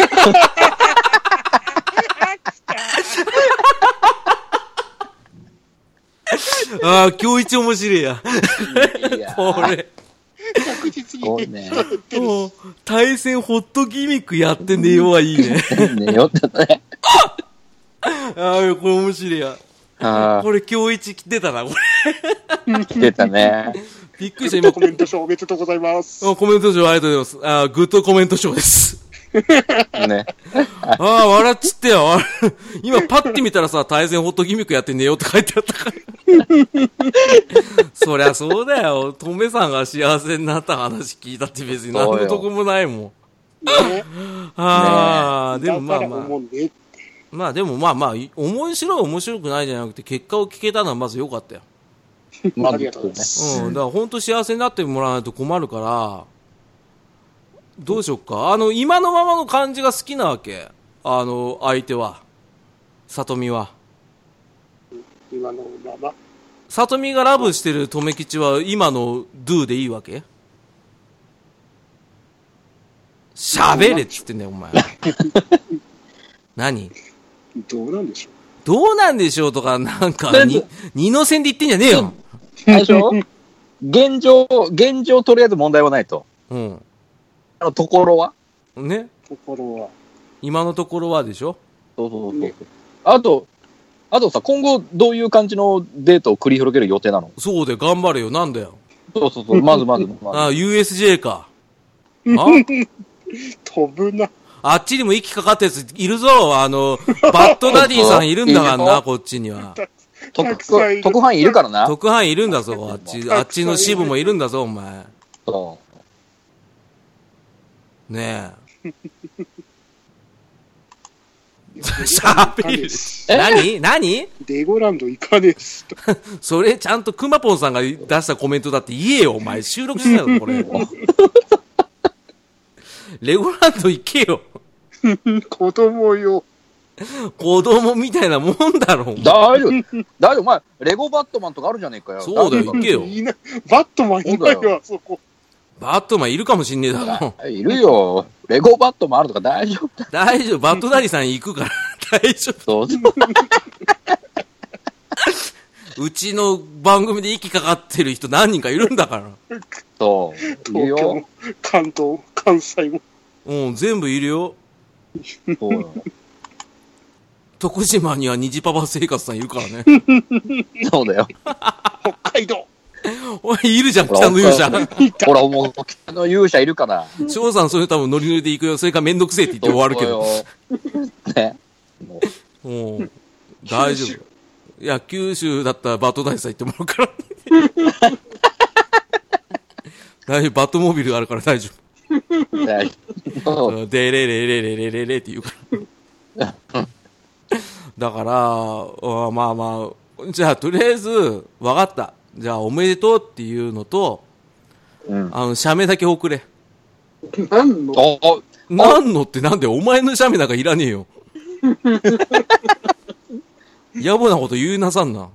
今日一面白いや。これ。 確実にね。 対戦ホットギミックやって寝よはいいね。 寝よってね。 これ面白いや。これ今日一来てたな、これ。来てたね。 びっくりした、今。 コメント賞おめでとうございます。 コメント賞ありがとうございます。グッドコメント賞です。 ね。 笑っちってよ。今パッて見たらさ、対戦ホットギミックやって寝ようって書いてあったから。 そりゃそうだよ。トメさんが幸せになった話聞いたって別に何の得もないもん。ね、ああ、でもまあまあ。まあでもまあまあ、面白い面白くないじゃなくて、結果を聞けたのはまず良かったよ。 ありがとうございます。 うん、だから本当幸せになってもらわないと困るから、どうしよっか。今のままの感じが好きなわけ。相手は。里見は。 今のまま。 里見がラブしてる留吉は今のドゥでいいわけ？喋れっつってんだよ、お前。何？ どうなんでしょう。 どうなんでしょうとか、なんか、二の線で言ってんじゃねえよ。 最初現状とりあえず問題はないと。 うん。 ところはね。 ところは。 今のところはでしょ？ そうそうそう。ね、あとさ、今後どういう感じのデートを繰り広げる予定なの？ そうで、頑張れよ。なんだよ。 そうそうそう。まず。 あ、USJ か。 飛ぶな。 あっちにも息かかったやついるぞ。バッドダディさんいるんだからな、こっちには。 特派員いるからな。 特派員いるんだぞ、あっちの支部もいるんだぞ、お前。 そう。 ねえ。喋る。何レゴランド行かねえっす。 それちゃんとくまぽんさんが出したコメントだって言えよ、お前。収録してたよ、これ。レゴランド行けよ。 子供よ。 子供みたいなもんだろ。 大丈夫。お前、レゴバットマンとかあるじゃねえかよ。 そうだよ、行けよ。 バットマンいないよ、あそこ。 バットマンいるかもしんねえだろ。 いるよ。レゴバットマンあるとか大丈夫。 大丈夫。バットダディさん行くから。大丈夫。 そう。 うちの番組で息かかってる人何人かいるんだから。 そう。 東京も、関東、関西も。 うん、全部いるよ。 そうよ。 徳島には虹パパ生活さんいるからね。 そうだよ。 北海道。 おい、いるじゃん、北の勇者。 ほら、もう、北の勇者いるから。 翔さん、それ多分ノリノリで行くよ。それかめんどくせえって言って終わるけど。 ね。 もう、大丈夫。いや、九州だったらバットダイスさん行ってもらうから。大丈夫、バットモービルあるから大丈夫。でれれれれれれれって言うから。だから、まあまあ、じゃあとりあえず、わかった。じゃあおめでとうっていうのと、写メだけ送れ。 何のってなんでお前の写メなんかいらねえよ。野暮なこと言うなさんな。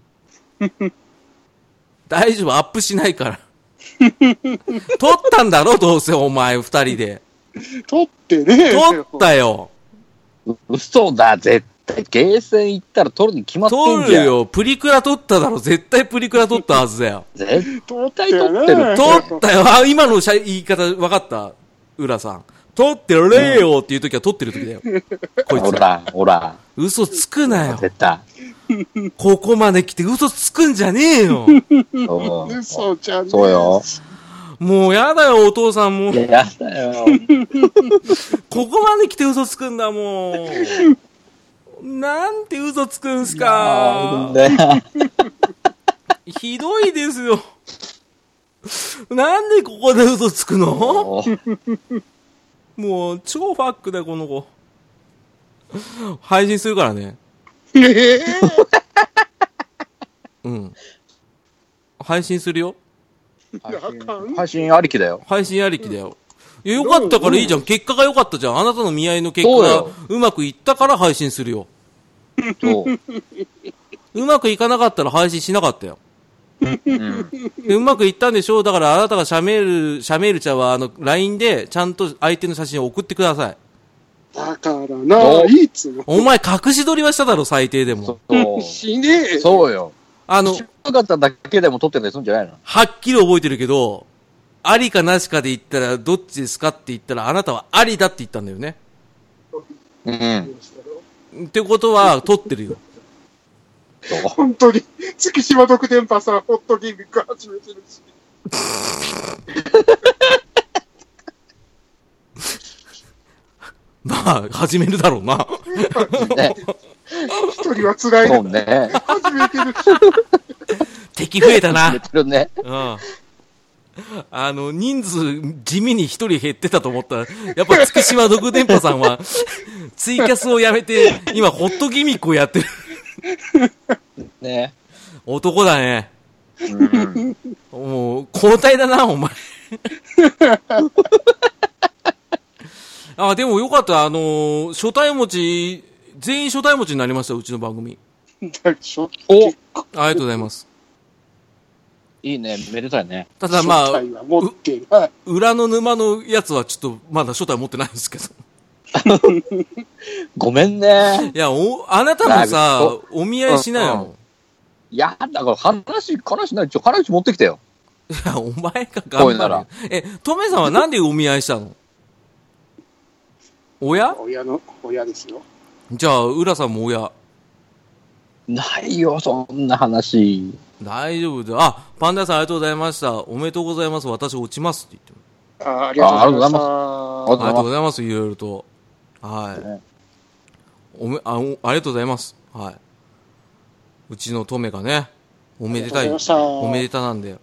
大丈夫、アップしないから。撮ったんだろ、どうせお前二人で。 撮ってねえよ。撮ったよ。 嘘だ、絶対。ゲーセン行ったら撮るに決まってんじゃん。 撮るよ。プリクラ撮っただろ。絶対プリクラ撮ったはずだよ。 絶対撮ってる。 撮ったよ。あ、今の言い方分かった。浦さん。撮ってるれよっていう時は撮ってる時だよ。こいつ。 ほら。 嘘つくなよ。 絶対。 ここまで来て嘘つくんじゃねえよ。 嘘じゃねえ。 そうよ。 もうやだよ、お父さんも。 やだよ。 ここまで来て嘘つくんだもん。なんて嘘つくんすか。ひどいですよ。なんでここで嘘つくの？もう超ファックだよ、この子。配信するからね。うん。配信するよ。 配信ありきだよ。 配信ありきだよ。いや、よかったからいいじゃん。結果が良かったじゃん。あなたの見合いの結果がうまくいったから配信するよ。 そう。 うまくいかなかったら配信しなかったよ。うまくいったんでしょう。だからあなたがシャメールちゃんはLINE でちゃんと相手の写真を送ってください。 だからな、いいっつうの。 お前隠し撮りはしただろ、最低でも。 そう。 しねえ。 そうよ。知らなかっただけでも撮ってたりするんじゃないの？ はっきり覚えてるけど、ありかなしかで言ったらどっちですかって言ったらあなたはありだって言ったんだよね。 うん。 ってことは撮ってるよ。 本当に月島独電波さんホットギミック始めてるし。 まあ始めるだろうな。 ね、 一人は辛い。 そうね。 始めてるし。 匹増えたな。 増えてるね。 うん。人数地味に一人減ってたと思ったら、やっぱ月島独電波さんは、ツイキャスをやめて、今ホットギミックをやってる。 ね。 男だね。 うん。 もう、交代だな、お前。あ、でもよかった。初対持ち、全員初対持ちになりました、うちの番組。 お、 ありがとうございます。 いいね、めでたいね。 ただまあ、 裏の沼のやつはちょっとまだ初代持ってないんですけど。 ごめんね。 いや、あなたもさ、お見合いしなよ。 いや、だから話ない。話持ってきてよ。 いや、お前が頑張る。トメさんはなんでお見合いしたの？親ですよ。 じゃあ、浦さんも親。 ないよ、そんな話。 大丈夫だ。あ、パンダさんありがとうございました。おめでとうございます。私落ちますって言ってありがとうございます。 ありがとうございます。いろいろと。はい。ありがとうございます。はい。うちのトメがね、おめでたなんで。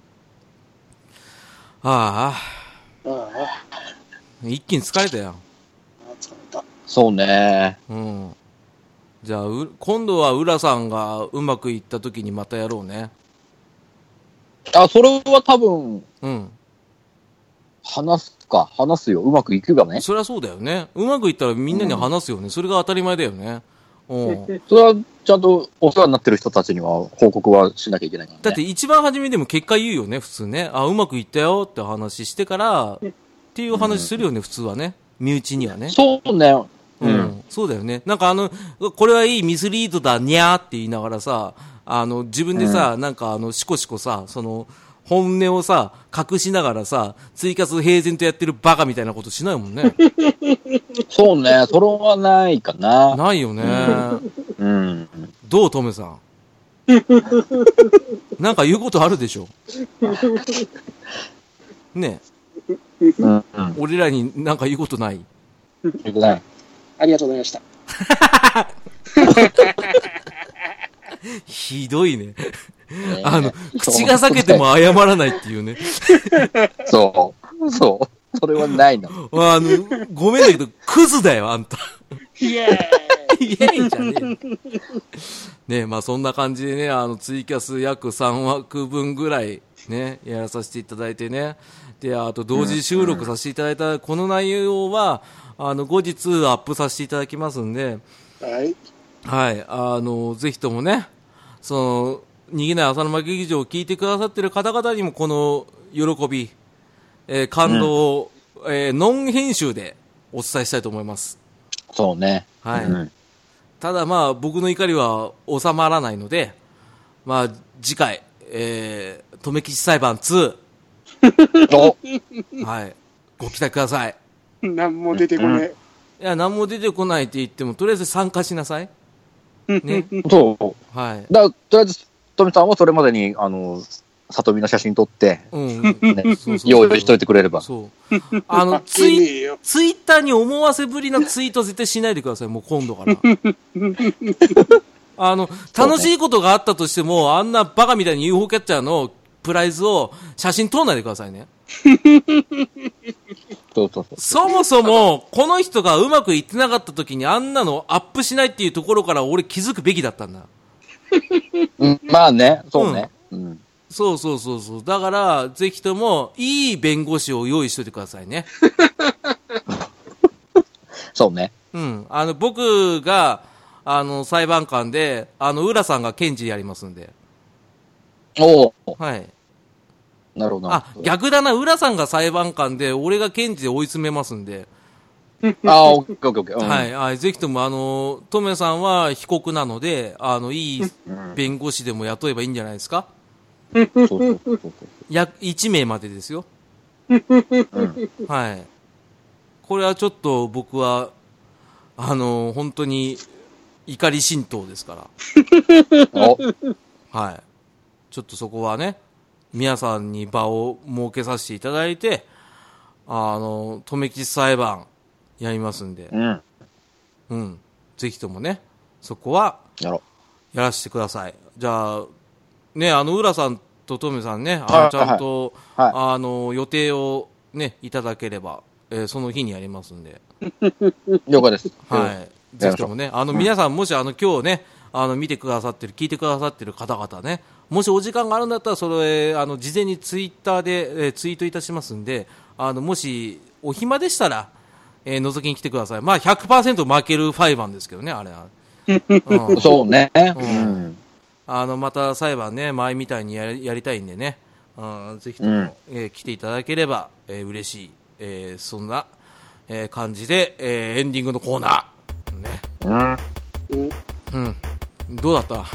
一気に疲れたよ。 疲れた。 そうね。 うん。じゃあ、今度は浦さんがうまくいった時にまたやろうね。 それは多分、 うん。 話すよ。うまくいくかね。 そりゃそうだよね。うまくいったらみんなに話すよね。それが当たり前だよね。 それはちゃんとお世話になってる人たちには報告はしなきゃいけないからね。 だって一番初めでも結果言うよね、普通ね。うまくいったよって話してから、っていう話するよね、普通はね。身内にはね。 そうね。 うん。そうだよね。なんかこれはいいミスリードだ、にゃーって言いながらさ、自分でさ、なんかしこしこさ、本音をさ、隠しながらさ、追加平然とやってるバカみたいなことしないもんね。 そうね、それはないかな。 ないよね。 うん。 どう、トメさん。なんか言うことあるでしょ。ねえ。俺らになんか言うことない？ 言うことない。 ありがとうございました。 ひどいね。口が裂けても謝らないっていうね。 そう。それはないの。 ごめんだけど、クズだよ、あんた。 イエーイイエーイじゃねえ。ねまあそんな感じでね、ツイキャス約3枠分ぐらいね、やらさせていただいてね。で、あと同時収録させていただいたこの内容は、後日アップさせていただきますんで、 はい。 はい、ぜひともね、逃げない浅沼劇場を聞いてくださっている方々にもこの喜び、感動を、ノン編集でお伝えしたいと思います。 そうね。 はい。ただまあ僕の怒りは収まらないので、まあ次回、留吉裁判2。はい。ご期待ください。 何も出てこない。 いや、何も出てこないって言っても、とりあえず参加しなさい。ね。 そう。 はい。 とりあえず、トミさんはそれまでに、里見の写真撮って、用意しといてくれれば。 そう。ツイッターに思わせぶりなツイート絶対しないでください、もう今度から。楽しいことがあったとしても、あんなバカみたいに UFO キャッチャーのプライズを写真撮らないでくださいね。そもそも、この人がうまくいってなかった時にあんなのアップしないっていうところから俺気づくべきだったんだ。 まあね、そうね。 そう。だから、ぜひとも、いい弁護士を用意しといてくださいね。 そうね。 僕が、裁判官で、浦さんが検事やりますんで。はい。 なるほど。 逆だな。浦さんが裁判官で、俺が検事で追い詰めますんで。 オッケー。 はい。ぜひとも、トメさんは被告なので、いい弁護士でも雇えばいいんじゃないですか。 そう。 1名までですよ。はい。これはちょっと僕は、本当に怒り心頭ですから。はい。ちょっとそこはね、皆さんに場を設けさせていただいて、留吉裁判やりますんで、ぜひともね、そこは、やらせてください。じゃあ、 ね、浦さんとトメさんね、ちゃんと、予定をね、いただければ、その日にやりますんで。 了解です。 はい。ぜひともね、皆さんもし今日ね、見てくださってる、聞いてくださってる方々ね、もしお時間があるんだったら、それ、事前にツイッターで、ツイートいたしますんで、もし、お暇でしたら、覗きに来てください。まあ、100% 負ける裁判ですけどね、あれは。 そうね。 また裁判ね、前みたいにやりたいんでね、ぜひとも、来ていただければ、嬉しい、そんな、感じで、エンディングのコーナー。ね。どうだった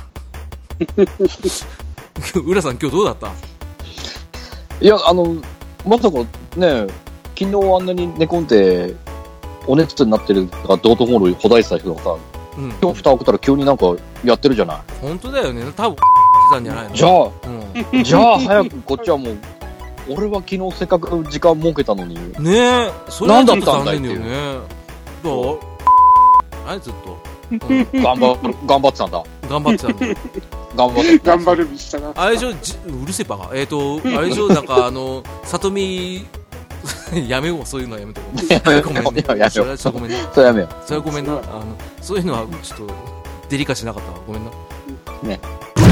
浦さん、今日どうだった？ いや、まさかね、昨日あんなに寝込んで、お熱になってるから、道頓堀ほだいてた人がさ、今日蓋開けたら急になんかやってるじゃない。 本当だよね、多分してたんじゃないの？ じゃあ早くこっちはもう、俺は昨日せっかく時間設けたのに。 ねえ、それはちょっと残念だよね。どう？ずっと。 頑張ってたんだ。 頑張ってたんだ。 頑張るみしたな。 あれでしょ、うるせえバカ。あれでしょ、なんか里見、やめよう、そういうのはやめとこう。ごめんね。それはごめんね。 それやめよう。 それはごめんな。そういうのはちょっとデリカシーなかったわ。ごめんな。 ね。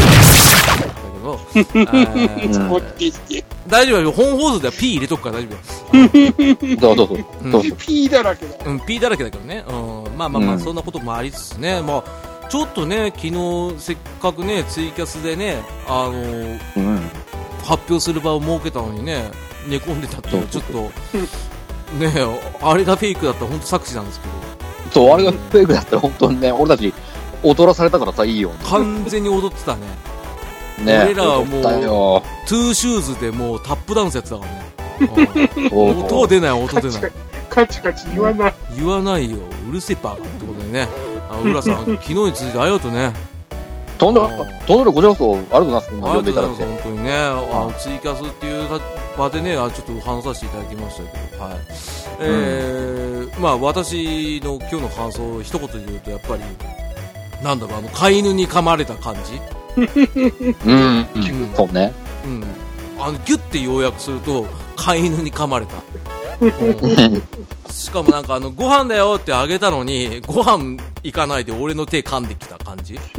大丈夫よ、本放送では P 入れとくから大丈夫よ。 どうぞ。 P だらけだ。 P だらけだけどね。まあ、そんなこともありつつね、まあ、ちょっとね、昨日せっかくね、ツイキャスでね、発表する場を設けたのにね、寝込んでたっていうのはちょっと、ね、あれがフェイクだったら本当作詞なんですけど。 そう、あれがフェイクだったら本当にね、俺たち踊らされたからさ、いいよ。 完全に踊ってたね。 ね、 俺らはもうトゥーシューズでもうタップダンスやってたからね。音出ない。 カチカチ言わない。 言わないよ、うるせえバカってことでね。浦さん、昨日についてありがとうね。 とんでもこちらこそありがとうございます。 呼んでいただいて本当にね、ツイキャスっていう場でね、ちょっと話させていただきましたけど、はい。まあ私の今日の感想を一言で言うと、やっぱりなんだろう、飼い犬に噛まれた感じ。 そうね。 ギュッて要約すると飼い犬に噛まれた。しかもなんかご飯だよってあげたのにご飯行かないで俺の手噛んできた感じ。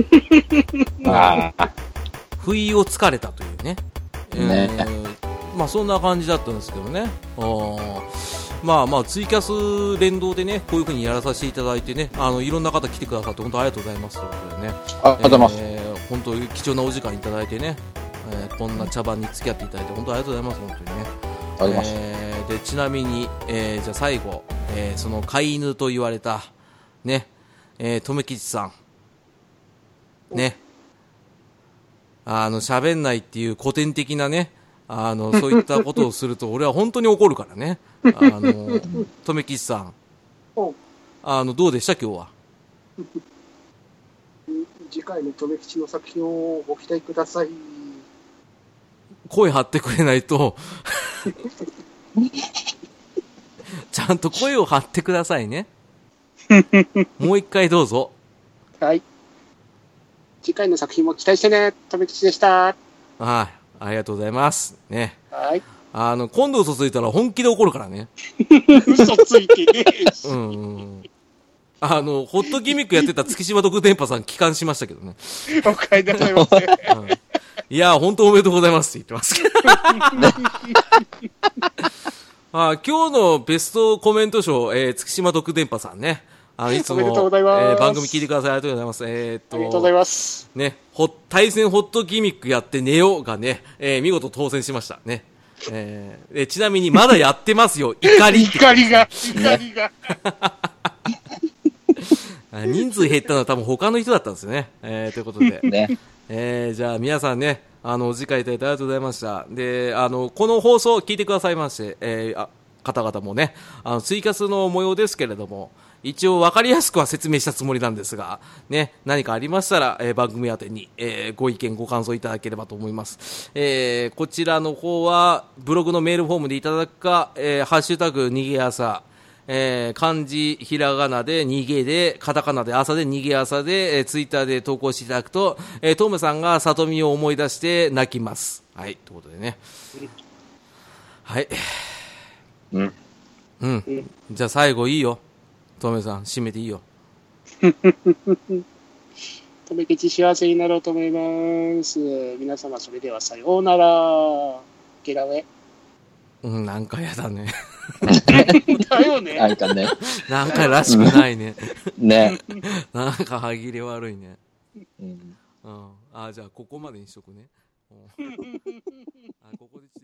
不意をつかれたというね。まあそんな感じだったんですけどね。まあツイキャス連動でね、こういう風にやらさせていただいてね、いろんな方来てくださって本当ありがとうございますということでね。 ありがとうございます。 本当貴重なお時間いただいてね、こんな茶番に付き合っていただいて本当ありがとうございます本当にね。 ありがとうございます。 でちなみに、じゃあ最後、その飼い犬と言われたね、留吉さんね、喋んないっていう古典的なね、そういったことをすると俺は本当に怒るからね。留吉さん、どうでした今日は？ 次回の留吉の作品をご期待ください。 声張ってくれないとちゃんと声を張ってくださいね。もう一回どうぞ。 はい。次回の作品も期待してね。留吉でした。 はい、ありがとうございますね。 はい。 今度嘘ついたら本気で怒るからね。 嘘ついてねえし。 ホットギミックやってた月島独電波さん帰還しましたけどね。 お帰りなさいませ。 いや本当おめでとうございますって言ってますけど。今日のベストコメント賞、月島独電波さんね。いつも、番組聞いてください。ありがとうございます。 ありがとうございます。 ね、対戦ホットギミックやって寝ようがね、見事当選しましたね。ちなみにまだやってますよ。怒りが。人数減ったのは多分他の人だったんですよね。ということで。ね。じゃあ皆さんね、お時間いただいてありがとうございました。で、この放送を聞いてくださいまして、方々もね、ツイキャスの模様ですけれども、一応分かりやすくは説明したつもりなんですが、ね、何かありましたら、番組宛てに、ご意見ご感想いただければと思います。こちらの方はブログのメールフォームでいただくか、ハッシュタグ逃げ朝、 漢字、ひらがなで逃げで、カタカナで朝で逃げ朝で、ツイッターで投稿していただくと、トムさんが里見を思い出して泣きます。はい、ということでね。はい。うん。うん。じゃあ最後いいよ。トメさん、締めていいよ。 とめきち幸せになろうと思います。皆様、それではさようなら。ゲラウェ。 うん、なんかやだね。 だよね。 なんかね。 なんからしくないね。 ね。 なんか歯切れ悪いね。 うん。 あ、じゃあここまでにしとくね。あ、ここで